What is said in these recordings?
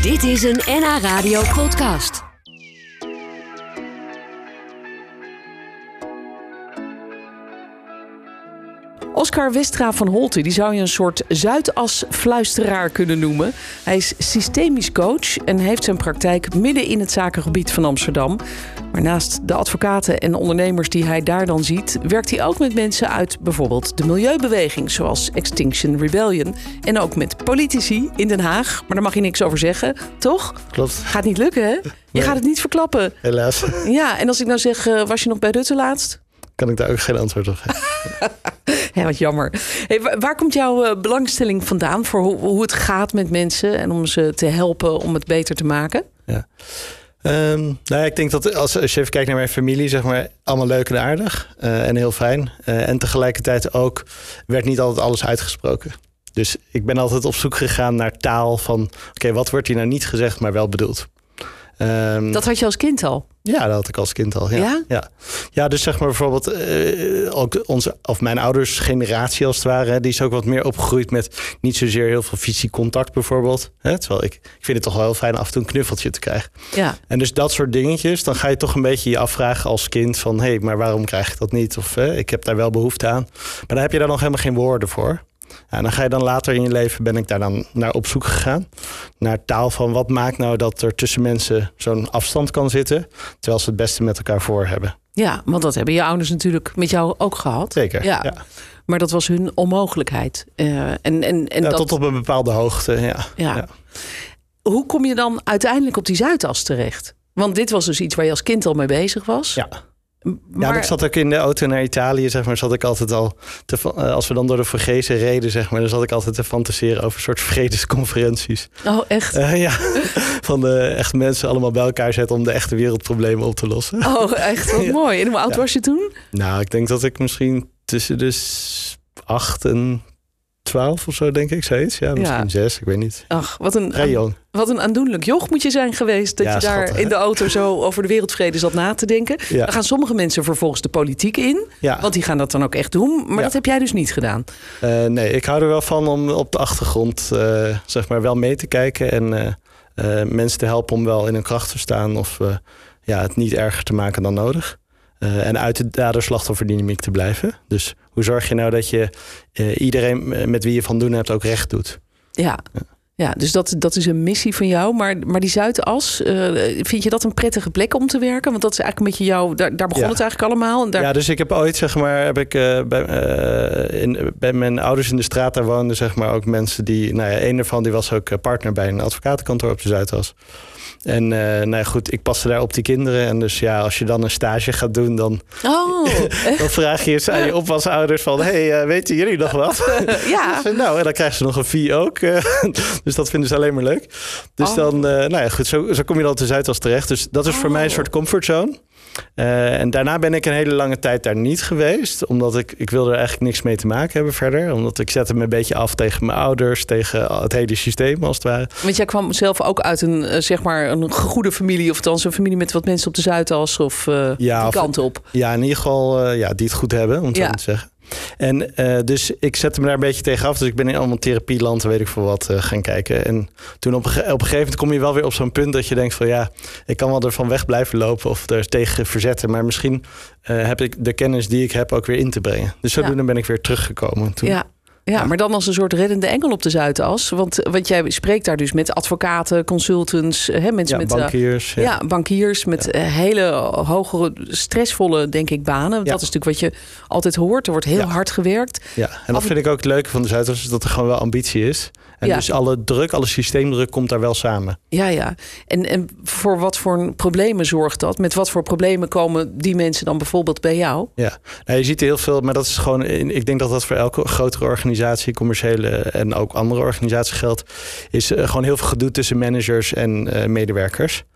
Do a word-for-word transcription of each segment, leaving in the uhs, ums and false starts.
Dit is een N H Radio podcast. Oscar Westra van Holte, die zou je een soort Zuidas-fluisteraar kunnen noemen. Hij is systemisch coach en heeft zijn praktijk midden in het zakengebied van Amsterdam. Maar naast de advocaten en ondernemers die hij daar dan ziet, werkt hij ook met mensen uit bijvoorbeeld de milieubeweging, zoals Extinction Rebellion. En ook met politici in Den Haag. Maar daar mag je niks over zeggen, toch? Klopt. Gaat niet lukken, hè? Je Nee. gaat het niet verklappen. Helaas. Ja, en als ik nou zeg, uh, was je nog bij Rutte laatst? Kan ik daar ook geen antwoord op geven. Ja, wat jammer. Hey, waar, waar komt jouw uh, belangstelling vandaan voor hoe, hoe het gaat met mensen en om ze te helpen om het beter te maken? Ja. Um, nou ja, ik denk dat als, als je even kijkt naar mijn familie, zeg maar, allemaal leuk en aardig uh, en heel fijn. Uh, en tegelijkertijd ook werd niet altijd alles uitgesproken. Dus ik ben altijd op zoek gegaan naar taal van, oké, okay, wat wordt hier nou niet gezegd, maar wel bedoeld. Um, dat had je als kind al? Ja, dat had ik als kind al. Ja, ja? ja. ja dus zeg maar bijvoorbeeld uh, ook onze, of mijn ouders generatie als het ware, die is ook wat meer opgegroeid met niet zozeer heel veel fysiek contact bijvoorbeeld. Hè? Terwijl ik, ik vind het toch wel heel fijn af en toe een knuffeltje te krijgen. Ja. En dus dat soort dingetjes, dan ga je toch een beetje je afvragen als kind van, hé, hey, maar waarom krijg ik dat niet? Of uh, ik heb daar wel behoefte aan. Maar dan heb je daar nog helemaal geen woorden voor. Ja, en dan ga je dan later in je leven, ben ik daar dan naar op zoek gegaan. Naar taal van wat maakt nou dat er tussen mensen zo'n afstand kan zitten, terwijl ze het beste met elkaar voor hebben. Ja, want dat hebben je ouders natuurlijk met jou ook gehad. Zeker, ja. ja. Maar dat was hun onmogelijkheid. Uh, en, en, en ja, dat... tot op een bepaalde hoogte, ja. ja. ja. Hoe kom je dan uiteindelijk op die Zuidas terecht? Want dit was dus iets waar je als kind al mee bezig was. Ja. Maar... Ja, ik zat ook in de auto naar Italië, zeg maar, zat ik altijd al te, als we dan door de Vorgezen reden, zeg maar, dan zat ik altijd te fantaseren over een soort vredesconferenties. Oh, echt? Uh, ja, van de echt mensen allemaal bij elkaar zetten om de echte wereldproblemen op te lossen. Oh, echt? Wat ja. mooi. En hoe oud ja. was je toen? Nou, ik denk dat ik misschien tussen de acht en twaalf of zo, denk ik, zoiets. Ja, misschien ja. zes, ik weet niet. Ach, wat een, Vrij jong. Wat een aandoenlijk joch moet je zijn geweest, dat ja, je daar schattig, in de auto zo over de wereldvrede zat na te denken. Ja. Dan gaan sommige mensen vervolgens de politiek in, ja. want die gaan dat dan ook echt doen. Maar ja. dat heb jij dus niet gedaan. Uh, nee, ik hou er wel van om op de achtergrond uh, zeg maar wel mee te kijken en uh, uh, mensen te helpen om wel in hun kracht te staan of uh, ja, het niet erger te maken dan nodig. Uh, en uit de dader-slachtofferdynamiek te blijven. Dus hoe zorg je nou dat je uh, iedereen met wie je van doen hebt ook recht doet? Ja, ja. ja dus dat, dat is een missie van jou. Maar, maar die Zuidas, uh, vind je dat een prettige plek om te werken? Want dat is eigenlijk een beetje jou, daar, daar begon ja. het eigenlijk allemaal. En daar... Ja, dus ik heb ooit, zeg maar, heb ik uh, bij, uh, in, bij mijn ouders in de straat, daar woonden zeg maar ook mensen die, nou ja, een ervan die was ook partner bij een advocatenkantoor op de Zuidas. En uh, nou ja, goed, ik paste daar op die kinderen. En dus ja, als je dan een stage gaat doen, dan, oh. dan vraag je eens aan je oppasouders van, hey, uh, weten jullie nog wat? Ja. Dus, nou, en dan krijgen ze nog een fee ook. Uh, dus dat vinden ze alleen maar leuk. Dus oh. dan, uh, nou ja, goed, zo, zo kom je dan op de Zuidas terecht. Dus dat is oh. voor mij een soort comfortzone. Uh, en daarna ben ik een hele lange tijd daar niet geweest. Omdat ik, ik wilde er eigenlijk niks mee te maken hebben verder. Omdat ik zette me een beetje af tegen mijn ouders. Tegen het hele systeem als het ware. Want jij kwam zelf ook uit een, zeg maar, een goede familie. Of althans een familie met wat mensen op de Zuidas. Of uh, ja, die of, kant op. Ja, in ieder geval uh, ja, die het goed hebben, om het ja. zo te zeggen. En uh, dus ik zette me daar een beetje tegen af. Dus ik ben in allemaal therapieland, weet ik veel wat, uh, gaan kijken. En toen op een, op een gegeven moment kom je wel weer op zo'n punt dat je denkt van ja, ik kan wel er van weg blijven lopen of er tegen verzetten. Maar misschien uh, heb ik de kennis die ik heb ook weer in te brengen. Dus zodoende ja. ben ik weer teruggekomen toen. Ja. Ja, ja, maar dan als een soort reddende engel op de Zuidas. Want, want jij spreekt daar dus met advocaten, consultants, hè, mensen ja, met bankiers. Uh, ja. ja, bankiers met ja. hele hogere, stressvolle, denk ik, banen. Ja. Dat is natuurlijk wat je altijd hoort. Er wordt heel ja. hard gewerkt. Ja, en dat Af... vind ik ook het leuke van de Zuidas, is dat er gewoon wel ambitie is. En ja. dus alle druk, alle systeemdruk komt daar wel samen. Ja, ja. En, en voor wat voor problemen zorgt dat? Met wat voor problemen komen die mensen dan bijvoorbeeld bij jou? Ja, nou, je ziet heel veel, maar dat is gewoon, ik denk dat dat voor elke grotere organisatie, commerciële en ook andere organisaties geldt, is uh, gewoon heel veel gedoe tussen managers en uh, medewerkers.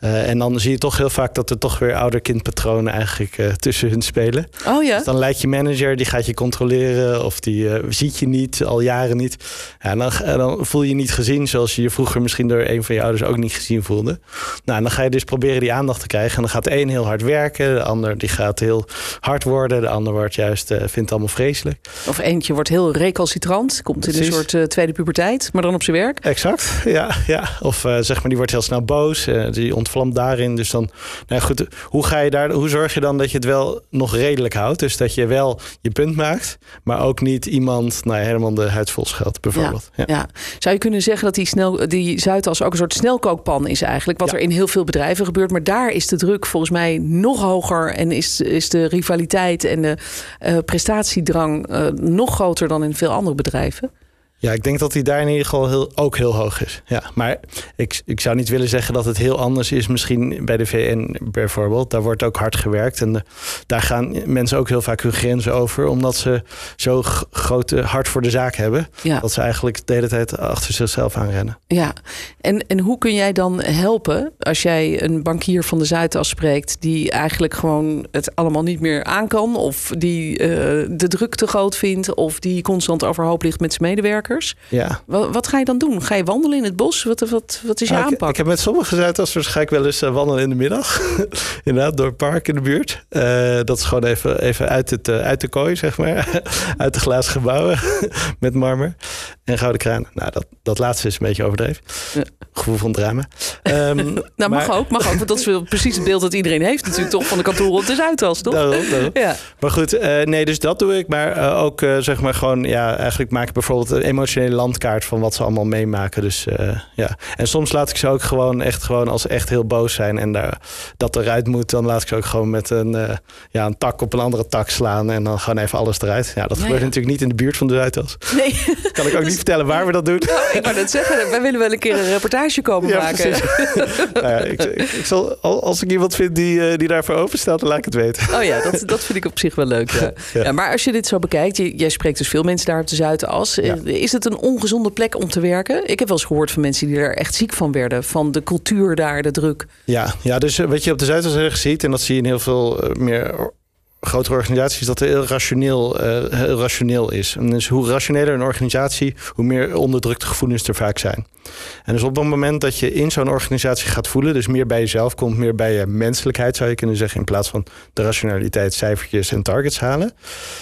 Uh, en dan zie je toch heel vaak dat er toch weer ouder-kindpatronen eigenlijk uh, tussen hun spelen. Oh ja? Dus dan lijkt je manager, die gaat je controleren of die uh, ziet je niet, al jaren niet. Ja, en dan, uh, dan voel je je niet gezien zoals je je vroeger misschien door een van je ouders ook niet gezien voelde. Nou, en dan ga je dus proberen die aandacht te krijgen. En dan gaat de een heel hard werken, de ander die gaat heel hard worden, de ander wordt juist, uh, vindt het allemaal vreselijk. Of eentje wordt heel recalcitrant, komt in Precies. een soort uh, tweede puberteit, maar dan op zijn werk. Exact, ja. ja. Of uh, zeg maar, die wordt heel snel boos, uh, die ontvlamt daarin. Dus dan, nou goed, hoe ga je daar, hoe zorg je dan dat je het wel nog redelijk houdt? Dus dat je wel je punt maakt, maar ook niet iemand, nou ja, helemaal de huid vol scheldt, bijvoorbeeld. Ja, ja. Ja. Zou je kunnen zeggen dat die, snel, die Zuidas ook een soort snelkookpan is eigenlijk, wat ja. er in heel veel bedrijven gebeurt, maar daar is de druk volgens mij nog hoger en is, is de rivaliteit en de uh, prestatiedrang uh, nog groter dan in veel andere bedrijven? Ja, ik denk dat die daar in ieder geval heel, ook heel hoog is. Ja, maar ik, ik zou niet willen zeggen dat het heel anders is. Misschien bij de V N bijvoorbeeld. Daar wordt ook hard gewerkt. En de, daar gaan mensen ook heel vaak hun grenzen over. Omdat ze zo g- grote hart voor de zaak hebben. Ja. Dat ze eigenlijk de hele tijd achter zichzelf aanrennen. Ja, en, en hoe kun jij dan helpen als jij een bankier van de Zuidas spreekt die eigenlijk gewoon het allemaal niet meer aan kan, of die uh, de druk te groot vindt, of die constant overhoop ligt met zijn medewerkers? Ja. Wat, wat ga je dan doen? Ga je wandelen in het bos? Wat, wat, wat is je nou, aanpak? Ik, ik heb met sommige Zuidasers ga ik wel eens uh, wandelen in de middag. Inderdaad, door het park in de buurt. Uh, dat is gewoon even, even uit, het, uh, uit de kooi, zeg maar. Uit de glazen gebouwen met marmer en gouden kraan. Nou, dat, dat laatste is een beetje overdreven. Ja. Gevoel van drama. Um, nou, mag maar... ook, mag ook. Want dat is wel precies het beeld dat iedereen heeft natuurlijk toch van de kantoren op de Zuidas, toch? Daarom, daarom. Ja. Maar goed, uh, nee, dus dat doe ik. Maar uh, ook uh, zeg maar gewoon, ja, eigenlijk maak ik bijvoorbeeld een emotionele landkaart van wat ze allemaal meemaken. Dus uh, ja. En soms laat ik ze ook gewoon echt gewoon als echt heel boos zijn en daar, dat eruit moet, dan laat ik ze ook gewoon met een, uh, ja, een tak op een andere tak slaan en dan gewoon even alles eruit. Ja, dat ja, gebeurt ja. natuurlijk niet in de buurt van de Zuidas. Nee. Kan ik ook dus... niet vertellen waar we dat doen. Nou, ik wou net zeggen, wij willen wel een keer een reportage komen ja, maken. nou ja, ik, ik, ik zal, als ik iemand vind die, die daarvoor open staat, dan laat ik het weten. Oh ja, dat, dat vind ik op zich wel leuk. Ja. Ja. Ja, maar als je dit zo bekijkt, je, jij spreekt dus veel mensen daar op de Zuidas. Ja. Is het een ongezonde plek om te werken? Ik heb wel eens gehoord van mensen die er echt ziek van werden. Van de cultuur daar, de druk. Ja, ja, dus wat je op de Zuidas erg ziet, en dat zie je in heel veel uh, meer grotere organisaties, dat het heel rationeel, uh, heel rationeel is. En dus hoe rationeler een organisatie, hoe meer onderdrukte gevoelens er vaak zijn. En dus op het moment dat je in zo'n organisatie gaat voelen, dus meer bij jezelf komt, meer bij je menselijkheid zou je kunnen zeggen, in plaats van de rationaliteit, cijfertjes en targets halen,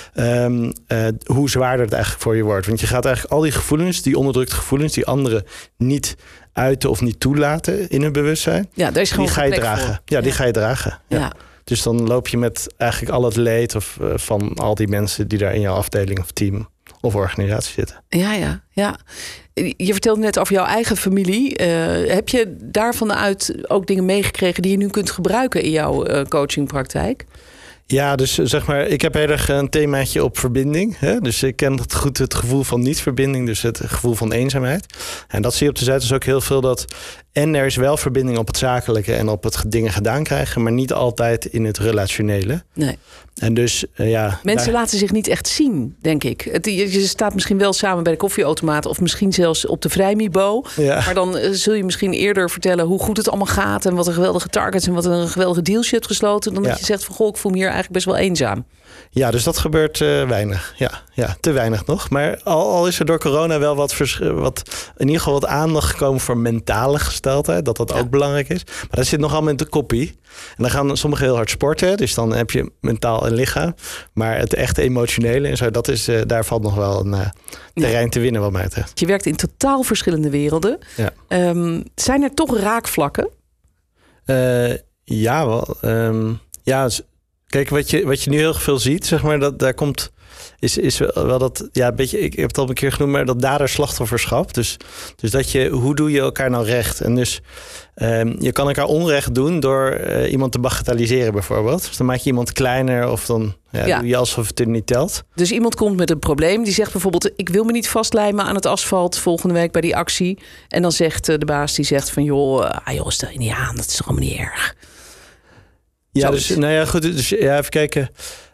um, uh, hoe zwaarder het eigenlijk voor je wordt. Want je gaat eigenlijk al die gevoelens, die onderdrukte gevoelens, die anderen niet uiten of niet toelaten in hun bewustzijn, ja, daar is gewoon die ga je dragen. Ja, ja, die ga je dragen. Ja. Ja. Dus dan loop je met eigenlijk al het leed of, uh, van al die mensen die daar in jouw afdeling of team of organisatie zitten. Ja, ja, ja. Je vertelde net over jouw eigen familie. Uh, heb je daarvan uit ook dingen meegekregen die je nu kunt gebruiken in jouw uh, coachingpraktijk? Ja, dus zeg maar, ik heb heel erg een themaatje op verbinding. Hè? Dus ik ken het goed het gevoel van niet-verbinding, dus het gevoel van eenzaamheid. En dat zie je op de Zuidas ook heel veel, dat en er is wel verbinding op het zakelijke en op het dingen gedaan krijgen, maar niet altijd in het relationele. Nee. En dus, uh, ja. Mensen daar... laten zich niet echt zien, denk ik. Het, je, je staat misschien wel samen bij de koffieautomaat of misschien zelfs op de vrijmibo. Ja. Maar dan uh, zul je misschien eerder vertellen hoe goed het allemaal gaat en wat een geweldige targets en wat een geweldige deals je hebt gesloten, dan ja. dat je zegt van goh, ik voel me hier eigenlijk best wel eenzaam. Ja, dus dat gebeurt uh, weinig. Ja, ja, te weinig nog. Maar al, al is er door corona wel wat, vers- wat in ieder geval wat aandacht gekomen voor mentale gesteldheid, dat dat ja. ook belangrijk is. Maar dat zit nog allemaal in de koppie. En dan gaan sommigen heel hard sporten, dus dan heb je mentaal en lichaam. Maar het echte emotionele en zo, dat is, uh, daar valt nog wel een uh, terrein ja. te winnen wat mij betreft. Je werkt in totaal verschillende werelden. Ja. Um, zijn er toch raakvlakken? Uh, ja, wel. Um, ja, kijk, wat je, wat je nu heel veel ziet, zeg maar, dat daar komt, is, is wel dat, ja, een beetje, ik heb het al een keer genoemd, maar dat dader-slachtofferschap. Dus, dus dat je, hoe doe je elkaar nou recht? En dus um, je kan elkaar onrecht doen door uh, iemand te bagatelliseren bijvoorbeeld. Dus dan maak je iemand kleiner of dan ja, ja. doe je alsof het er niet telt. Dus iemand komt met een probleem, die zegt bijvoorbeeld, ik wil me niet vastlijmen aan het asfalt volgende week bij die actie. En dan zegt de baas, die zegt van joh, ah joh, stel je niet aan, dat is toch allemaal niet erg. Ja, dus nou ja, goed. Dus ja, even kijken.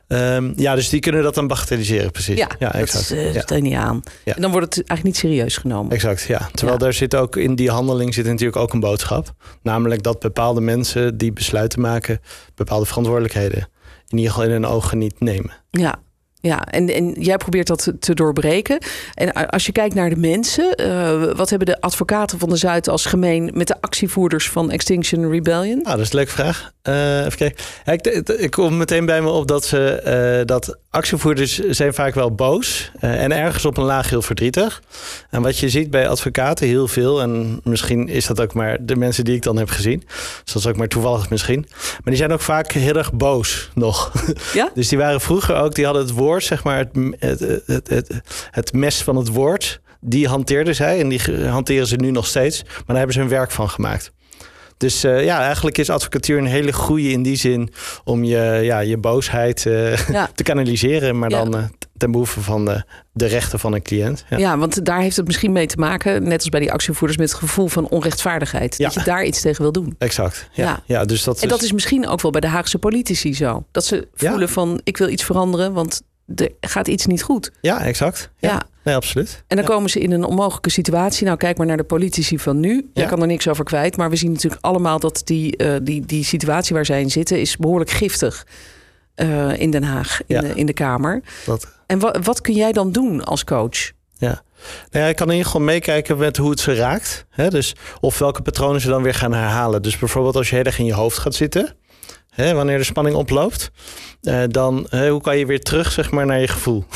Um, ja, dus die kunnen dat dan bagatelliseren, precies. Ja, ja dat exact. is, uh, ja. stel je niet aan. Ja. En dan wordt het eigenlijk niet serieus genomen. Exact, ja. Terwijl ja. daar zit ook in die handeling zit natuurlijk ook een boodschap. Namelijk dat bepaalde mensen die besluiten maken bepaalde verantwoordelijkheden in ieder geval in hun ogen niet nemen. Ja. Ja, en, en jij probeert dat te doorbreken. En als je kijkt naar de mensen, uh, wat hebben de advocaten van de Zuidas gemeen met de actievoerders van Extinction Rebellion? Nou, dat is een leuke vraag. Uh, even kijken. Ja, ik, ik kom meteen bij me op dat ze uh, dat actievoerders zijn vaak wel boos uh, en ergens op een laag heel verdrietig. En wat je ziet bij advocaten heel veel, en misschien is dat ook maar de mensen die ik dan heb gezien, dus dat is ook maar toevallig misschien, maar die zijn ook vaak heel erg boos nog. Ja? Dus die waren vroeger ook, die hadden het woord, zeg maar, het, het, het, het, het mes van het woord, die hanteerden zij en die hanteren ze nu nog steeds, maar daar hebben ze hun werk van gemaakt. Dus uh, ja, eigenlijk is advocatuur een hele goede in die zin om je, ja, je boosheid uh, ja. te kanaliseren, maar ja. dan uh, ten behoeve van de, de rechten van een cliënt. Ja. ja, want daar heeft het misschien mee te maken, net als bij die actievoerders, met het gevoel van onrechtvaardigheid. Ja. Dat je daar iets tegen wil doen. Exact. Ja. Ja. Ja, dus dat en dat is... is misschien ook wel bij de Haagse politici zo. Dat ze voelen ja. van, ik wil iets veranderen, want er gaat iets niet goed. Ja, exact. Ja. ja. Nee, absoluut. En dan ja. komen ze in een onmogelijke situatie. Nou, kijk maar naar de politici van nu. Ja. Jij kan er niks over kwijt. Maar we zien natuurlijk allemaal dat die, uh, die, die situatie waar zij in zitten is behoorlijk giftig uh, in Den Haag, in, ja. de, in de Kamer. Dat. En wa- wat kun jij dan doen als coach? Ja. Nou ja, ik kan in ieder geval meekijken met hoe het ze raakt. Hè? Dus of welke patronen ze dan weer gaan herhalen. Dus bijvoorbeeld als je heel erg in je hoofd gaat zitten, hè, wanneer de spanning oploopt, uh, dan uh, hoe kan je weer terug, zeg maar, naar je gevoel?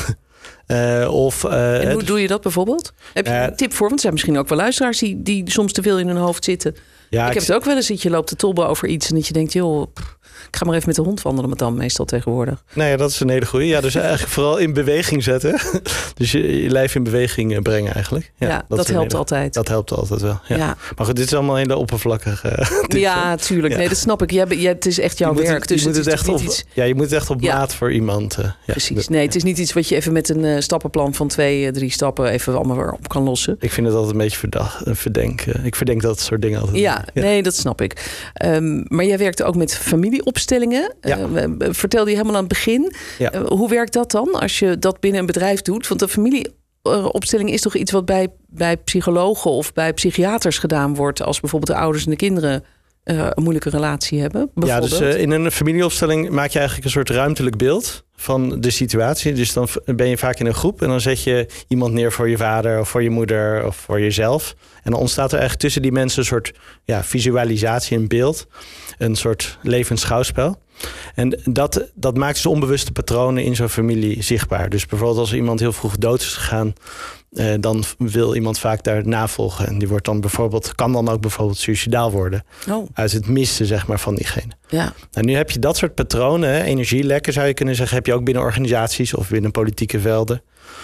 Uh, of, uh, en hoe doe je dat bijvoorbeeld? Heb je uh, een tip voor? Want er zijn misschien ook wel luisteraars die, die soms te veel in hun hoofd zitten. Ja, ik heb ik... het ook wel eens dat je loopt te tolben over iets en dat je denkt, joh, pff, ik ga maar even met de hond wandelen, met dan meestal tegenwoordig. Nou ja, dat is een hele goeie. Ja, dus eigenlijk vooral in beweging zetten. Dus je, je lijf in beweging brengen eigenlijk. Ja, ja dat, dat helpt hele, altijd. Dat helpt altijd wel. Ja. Ja. Maar goed, dit is allemaal hele oppervlakkige tips. Ja, tuurlijk. Ja. Nee, dat snap ik. Jij, jij, het is echt jouw je werk. Het, dus je moet het, het is echt op, iets... ja, je moet het echt op maat ja. voor iemand. Uh, ja. Precies. Nee, het is niet iets wat je even met een uh, stappenplan van twee, uh, drie stappen even allemaal weer op kan lossen. Ik vind het altijd een beetje verdacht, uh, verdenk. Uh, ik verdenk dat soort dingen altijd. Ja, ja. nee, dat snap ik. Um, maar jij werkt ook met familieopstellingen. Ja. Uh, vertelde je helemaal aan het begin. Ja. Uh, hoe werkt dat dan als je dat binnen een bedrijf doet? Want de familieopstelling is toch iets wat bij, bij psychologen of bij psychiaters gedaan wordt, als bijvoorbeeld de ouders en de kinderen uh, een moeilijke relatie hebben? Ja, dus uh, in een familieopstelling maak je eigenlijk een soort ruimtelijk beeld van de situatie. Dus dan ben je vaak in een groep en dan zet je iemand neer voor je vader of voor je moeder of voor jezelf. En dan ontstaat er eigenlijk tussen die mensen een soort ja, visualisatie, een beeld. Een soort levend schouwspel. En dat, dat maakt dus onbewuste patronen in zo'n familie zichtbaar. Dus bijvoorbeeld als iemand heel vroeg dood is gegaan, eh, dan wil iemand vaak daar navolgen. En die wordt dan bijvoorbeeld, kan dan ook bijvoorbeeld suicidaal worden. Oh. Uit het missen, zeg maar, van diegene. Ja. Nou, nu heb je dat soort patronen, hè, energielekken zou je kunnen zeggen, heb je ook binnen organisaties of binnen politieke velden.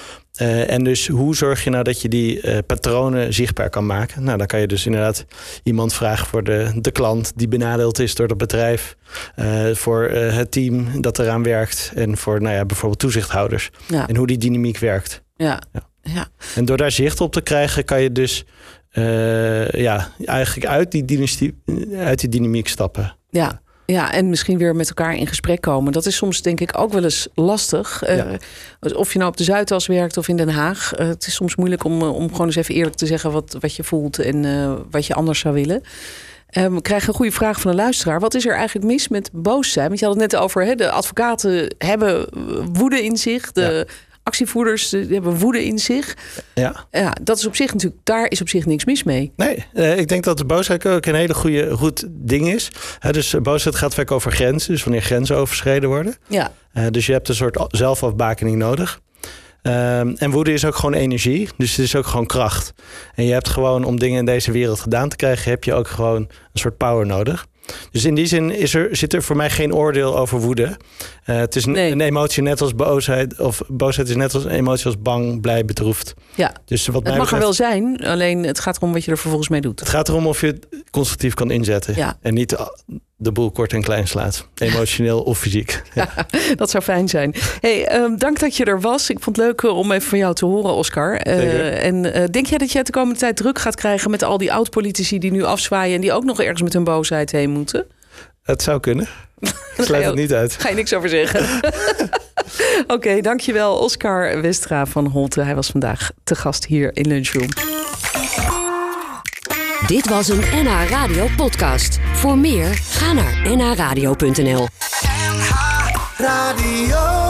Uh, en dus hoe zorg je nou dat je die uh, patronen zichtbaar kan maken? Nou, dan kan je dus inderdaad iemand vragen voor de, de klant die benadeeld is door het bedrijf. Uh, voor uh, het team dat eraan werkt. En voor nou ja, bijvoorbeeld toezichthouders. Ja. En hoe die dynamiek werkt. Ja. Ja. Ja. En door daar zicht op te krijgen kan je dus uh, ja, eigenlijk uit die, dynastie, uit die dynamiek stappen. Ja. Ja, en misschien weer met elkaar in gesprek komen. Dat is soms denk ik ook wel eens lastig. Ja. Uh, of je nou op de Zuidas werkt of in Den Haag. Uh, het is soms moeilijk om, uh, om gewoon eens even eerlijk te zeggen wat, wat je voelt en uh, wat je anders zou willen. Uh, we krijgen een goede vraag van een luisteraar. Wat is er eigenlijk mis met boos zijn? Want je had het net over, hè, de advocaten hebben woede in zich. De ja. actievoerders die hebben woede in zich. Ja. Ja, dat is op zich natuurlijk, daar is op zich niks mis mee. Nee, uh, ik denk dat de boosheid ook een hele goede, goed ding is. Uh, dus boosheid gaat vaak over grenzen. Dus wanneer grenzen overschreden worden. Ja. Uh, dus je hebt een soort zelfafbakening nodig. Um, en woede is ook gewoon energie. Dus het is ook gewoon kracht. En je hebt gewoon, om dingen in deze wereld gedaan te krijgen, heb je ook gewoon een soort power nodig. Dus in die zin is er, zit er voor mij geen oordeel over woede. Uh, het is nee. een emotie net als boosheid. Of boosheid is net als een emotie als bang, blij, bedroefd. Ja, dus wat het mag betreft, er wel zijn. Alleen het gaat erom wat je er vervolgens mee doet. Het gaat erom of je het constructief kan inzetten. Ja. En niet de boel kort en klein slaat. Emotioneel of fysiek. Ja. Ja, dat zou fijn zijn. Hey, um, dank dat je er was. Ik vond het leuk uh, om even van jou te horen, Oscar. Uh, en uh, denk jij dat jij de komende tijd druk gaat krijgen met al die oud-politici die nu afzwaaien en die ook nog ergens met hun boosheid heen moeten? Het zou kunnen. Ik sluit het niet uit. Ga je niks over zeggen. Oké, okay, dankjewel Oscar Westra van Holte. Hij was vandaag te gast hier in Lunchroom. Dit was een N H Radio podcast. Voor meer, ga naar n h radio punt n l. N H Radio.